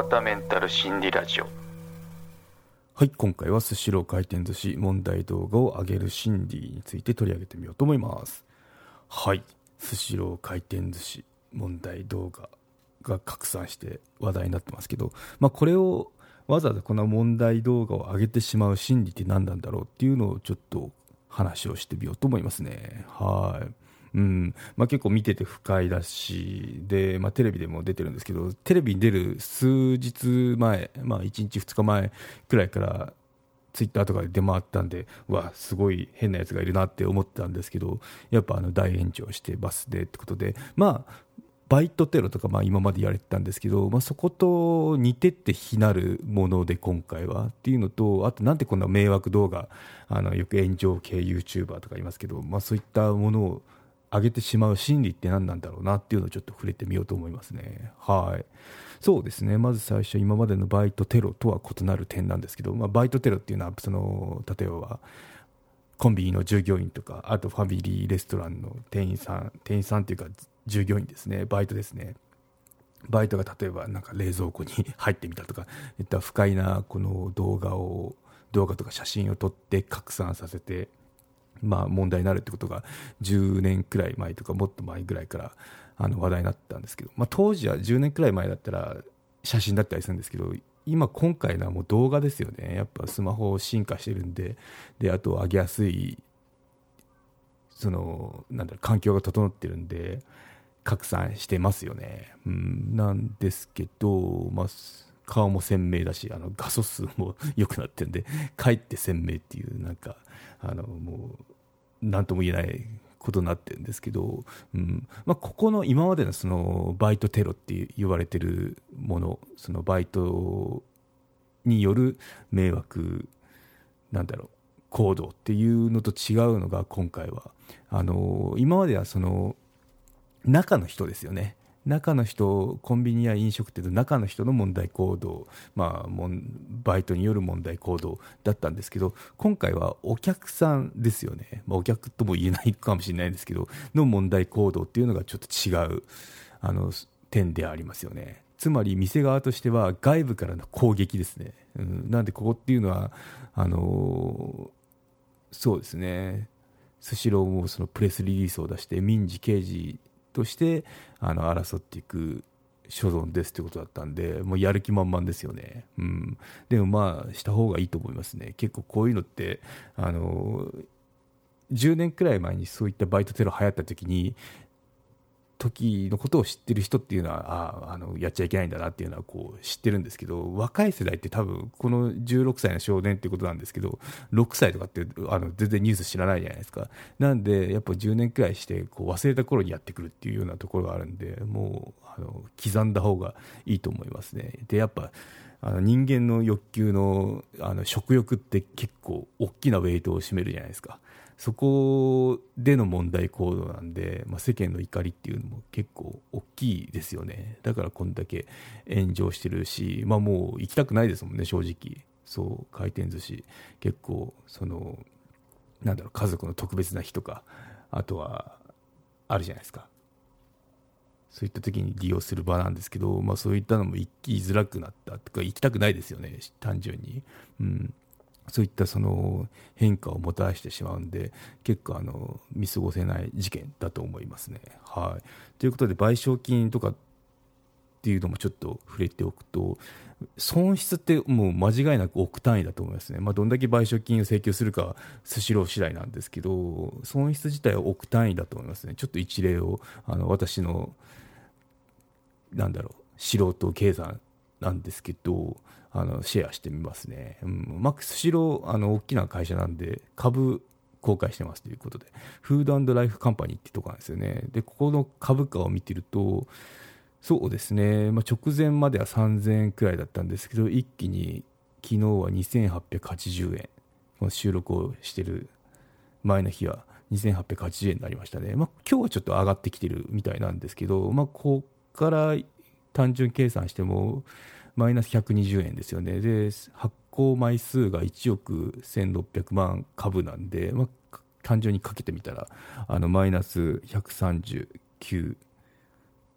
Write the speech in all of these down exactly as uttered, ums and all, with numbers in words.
川田メンタル心理ラジオ。 はい、今回はスシロー回転寿司問題動画を上げる心理について取り上げてみようと思います。はい、スシロー回転寿司問題動画が拡散して話題になってますけど、まあ、これをわざわざこの問題動画を上げてしまう心理って何なんだろうっていうのをちょっと話をしてみようと思いますね。はい。うんまあ、結構見てて不快だしで、まあ、テレビでも出てるんですけど、テレビに出る数日前、まあ、いちにちふつかまえくらいからツイッターとかで出回ったんで、うわすごい変なやつがいるなって思ったんですけど、やっぱあの大炎上してバスでってことで、まあバイトテロとかまあ今までやれてたんですけど、まあ、そこと似てって非なるもので今回はっていうのと、あとなんでこんな迷惑動画、あのよく炎上系 YouTuber とかいますけど、まあ、そういったものを上げてしまう心理って何なんだろうなっていうのをちょっと触れてみようと思いますね。はい、そうですね。まず最初、今までのバイトテロとは異なる点なんですけど、まあ、バイトテロっていうのはその例えばコンビニの従業員とか、あとファミリーレストランの店員さん店員さんっていうか従業員ですね、バイトですね。バイトが例えばなんか冷蔵庫に入ってみたとかいった不快なこの動画を動画とか写真を撮って拡散させて、まあ、問題になるってことがじゅうねんくらい前とかもっと前ぐらいからあの話題になったんですけど、まあ、当時はじゅうねんくらい前だったら写真だったりするんですけど、今今回のはもう動画ですよね。やっぱスマホ進化してるんで、であと上げやすいそのなんだろう環境が整ってるんで拡散してますよね。うん、なんですけど、まあ、顔も鮮明だし、あの画素数も良くなってるんでかえって鮮明っていう、なんかあのもう何とも言えないことになってるんですけど、うんまあ、ここの今までのそのバイトテロって言われてるもの、そのバイトによる迷惑なんだろう行動っていうのと違うのが、今回はあの今まではその中の人ですよね。中の人、コンビニや飲食店の中の人の問題行動、まあ、もんバイトによる問題行動だったんですけど、今回はお客さんですよね。まあ、お客とも言えないかもしれないんですけどの問題行動っていうのがちょっと違うあの点でありますよね。つまり店側としては外部からの攻撃ですね。うん、なんでここっていうのはあのそうですね、スシローもそのプレスリリースを出して民事刑事としてあの争っていく所存ですということだったんで、もうやる気満々ですよね。うん、でもまあした方がいいと思いますね。結構こういうのってあのじゅうねんくらい前にそういったバイトテロ流行った時に時のことを知ってる人っていうのは、ああのやっちゃいけないんだなっていうのはこう知ってるんですけど、若い世代って多分このじゅうろくさいの少年っていうことなんですけど、ろくさいとかってあの全然ニュース知らないじゃないですか。なんでやっぱじゅうねんくらいしてこう忘れた頃にやってくるっていうようなところがあるんで、もうあの刻んだ方がいいと思いますね。でやっぱあの人間の欲求の、あの食欲って結構大きなウェイトを占めるじゃないですか。そこでの問題行動なんで、まあ、世間の怒りっていうのも結構大きいですよね。だからこんだけ炎上してるし、まあ、もう行きたくないですもんね、正直。そう回転寿司結構そのなんだろう、家族の特別な日とかあとはあるじゃないですか。そういった時に利用する場なんですけど、まあ、そういったのも行きづらくなったとか、行きたくないですよね、単純に。うんそういったその変化をもたらしてしまうんで、結構あの見過ごせない事件だと思いますね。はい、ということで賠償金とかっていうのもちょっと触れておくと、損失ってもう間違いなく億単位だと思いますね。まあ、どんだけ賠償金を請求するかスシロー次第なんですけど、損失自体は億単位だと思いますね。ちょっと一例をあの私のなんだろう素人計算なんですけど、あのシェアしてみますね。うん、マックスシローあの大きな会社なんで株公開してますということで、フードライフカンパニーってとこなんですよね。でここの株価を見てると、そうですね、まあ、直前まではさんぜんえんくらいだったんですけど、一気に昨日はにせんはっぴゃくはちじゅうえん、この収録をしている前の日はにせんはっぴゃくはちじゅうえんになりましたね。まあ、今日はちょっと上がってきてるみたいなんですけど、まあ、ここから単純計算してもマイナスひゃくにじゅうえんですよね。で発行枚数がいちおくせんろっぴゃくまん株なんで、まあ、単純にかけてみたらあのマイナスひゃくさんじゅうきゅう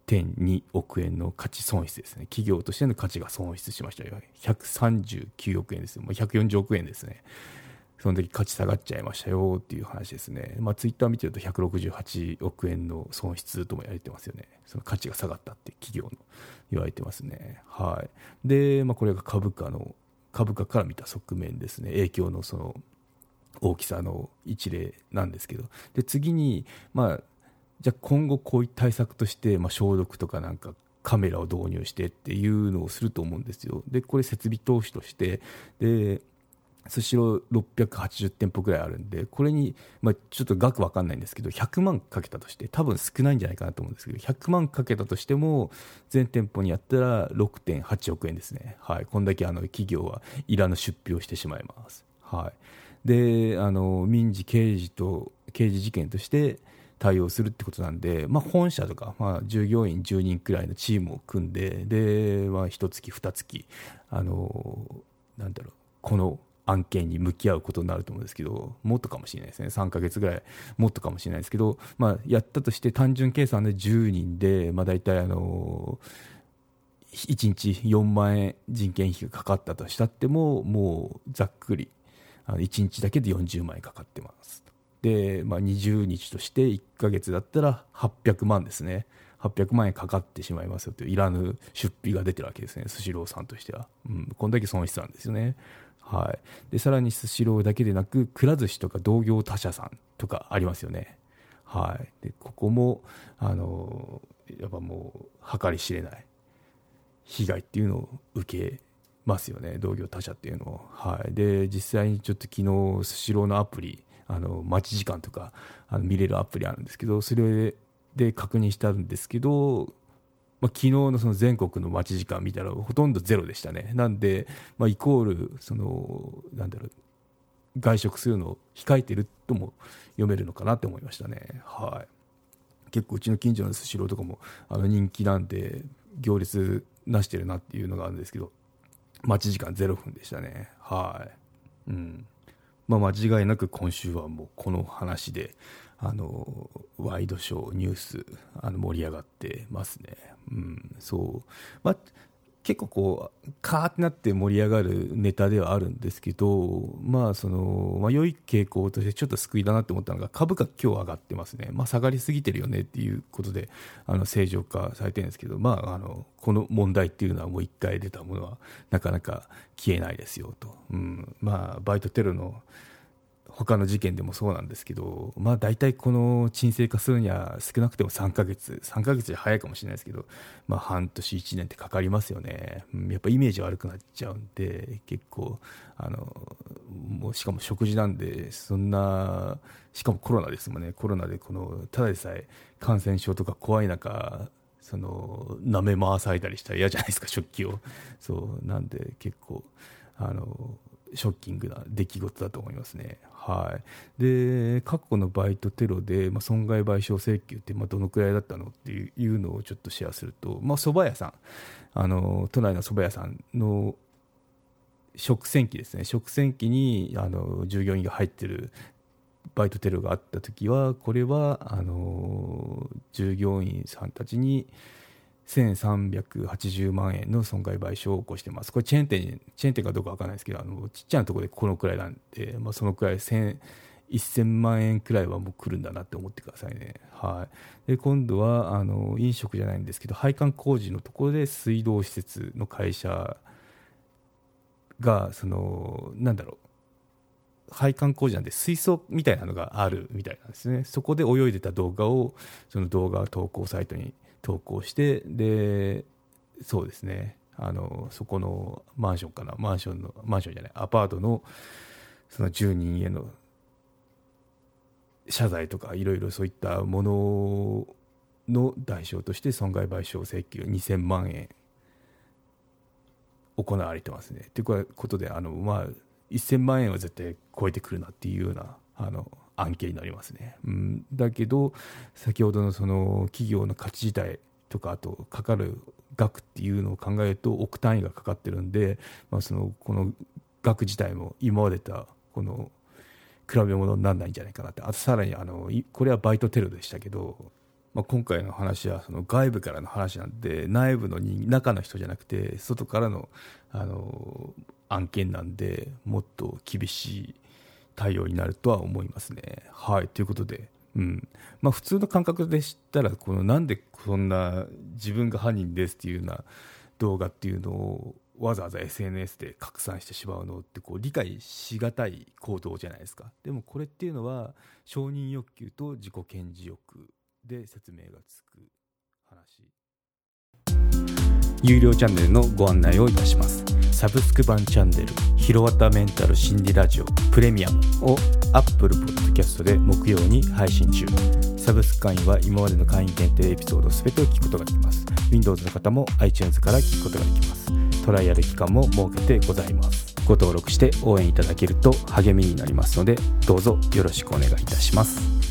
てんにおくえんの価値損失ですね。企業としての価値が損失しましたよ。ひゃくさんじゅうきゅうおくえんですよ。もうひゃくよんじゅうおくえんですね。その時価値下がっちゃいましたよっていう話ですね。まあ、ツイッター見てるとひゃくろくじゅうはちおくえんの損失とも言われてますよね。その価値が下がったって企業の言われてますね。はい。で、まあ、これが株価の株価から見た側面ですね。影響のその大きさの一例なんですけど、で次に、まあ、じゃあ今後こういう対策として、まあ、消毒とかなんかカメラを導入してっていうのをすると思うんですよ。でこれ設備投資としてでスシローろっぴゃくはちじゅってんぽぐらいあるんで、これに、まあ、ちょっと額わかんないんですけどひゃくまんかけたとして、多分少ないんじゃないかなと思うんですけど、ひゃくまんかけたとしても全店舗にやったら ろくてんはちおくえんですね。はい、こんだけあの企業はいらぬ出費をしてしまいます。はい、であの民事刑事と刑事事件として対応するってことなんで、まあ、本社とか、まあ、従業員じゅうにんくらいのチームを組んで、で、まあ、いちがつにがつあのなんだろうこの案件に向き合うことになると思うんですけど、もっとかもしれないですね。さんかげつぐらいもっとかもしれないですけど、まあ、やったとして単純計算でじゅうにんで、まあ、大体あのいちにちよんまんえん人件費がかかったとしたっても、もうざっくりあのいちにちだけでよんじゅうまんえんかかってます。で、まあ、にじゅうにちとしていっかげつだったらはっぴゃくまんですね。はっぴゃくまんえんかかってしまいますよといういらぬ出費が出てるわけですね、スシローさんとしては。うん、こんだけ損失なんですよね。はい、でさらにスシローだけでなくくら寿司とか同業他社さんとかありますよね。はい、でここもあのやっぱもう計り知れない被害っていうのを受けますよね、同業他社っていうのを。はい、で実際にちょっと昨日スシローのアプリあの待ち時間とかあの見れるアプリあるんですけど、それで確認したんですけど、まあ、昨日のその全国の待ち時間見たらほとんどゼロでしたね。なんで、まあ、イコールそのなんだろう外食するのを控えてるとも読めるのかなって思いましたね。はい、結構うちの近所のスシローとかもあの人気なんで行列なしてるなっていうのがあるんですけど、待ち時間ゼロふんでしたね。はい、うんまあ、間違いなく今週はもうこの話であのワイドショーニュースあの盛り上がってますね。うん、そう、まあ、結構こうカーってなって盛り上がるネタではあるんですけど、まあそのまあ、良い傾向としてちょっと救いだなと思ったのが株価今日上がってますね。まあ、下がりすぎてるよねっていうことであの正常化されてるんですけど、まあ、あのこの問題っていうのはもういっかい出たものはなかなか消えないですよと。うんまあ、バイトテロの他の事件でもそうなんですけど、まあ、大体この沈静化するには少なくてもさんかげつ、さんかげつで早いかもしれないですけど、まあ、半年いちねんってかかりますよね。やっぱイメージ悪くなっちゃうんで、結構あのもうしかも食事なんで、そんなしかもコロナですもんね。コロナでこのただでさえ感染症とか怖い中その舐め回されたりしたら嫌じゃないですか、食器を。そうなんで結構あのショッキングな出来事だと思いますね。はい、で過去のバイトテロで、まあ、損害賠償請求って、まあ、どのくらいだったのっていうのをちょっとシェアすると、まあ、蕎麦屋さんあの都内の蕎麦屋さんの食洗機ですね、食洗機にあの従業員が入ってるバイトテロがあった時は、これはあの従業員さんたちにせんさんびゃくはちじゅうまんえんの損害賠償を起こしてます。これチェーン店チェーン店かどうかわからないですけど、あのちっちゃなところでこのくらいなんで、まあ、そのくらいせんせんまんえんくらいはもう来るんだなって思ってくださいね。はい、で今度はあの飲食じゃないんですけど、配管工事のところで水道施設の会社がそのなんだろう配管工事なんで水槽みたいなのがあるみたいなんですね。そこで泳いでた動画をその動画投稿サイトに投稿して、でそうですねあのそこのマンションかなマンションのマンションじゃないアパートのその住人への謝罪とかいろいろそういったものの代償として損害賠償請求にせんまんえん行われてますね。ということであの、まあ、せんまんえんは絶対超えてくるなっていうようなあの案件になりますね。うん、だけど先ほどのその企業の価値自体とかあとかかる額っていうのを考えると億単位がかかってるんで、まあ、そのこの額自体も今までとこの比べ物にならないんじゃないかなって。あとさらにあのこれはバイトテロでしたけど、 まあ、今回の話はその外部からの話なんで、内部の人中の人じゃなくて外からの、あの案件なんで、もっと厳しい対応になるとは思いますね。はい、ということで、うんまあ、普通の感覚で知ったら、このなんでそんな自分が犯人ですっていうような動画っていうのをわざわざ エスエヌエス で拡散してしまうのってこう理解しがたい行動じゃないですか。でもこれっていうのは承認欲求と自己顕示欲で説明がつく話。有料チャンネルのご案内をいたします。サブスク版チャンネルひろわたメンタル心理ラジオプレミアムを Apple Podcast で木曜に配信中。サブスク会員は今までの会員限定エピソードすべてを聞くことができます。 Windows の方も iTunes から聞くことができます。トライアル期間も設けてございます。ご登録して応援いただけると励みになりますので、どうぞよろしくお願いいたします。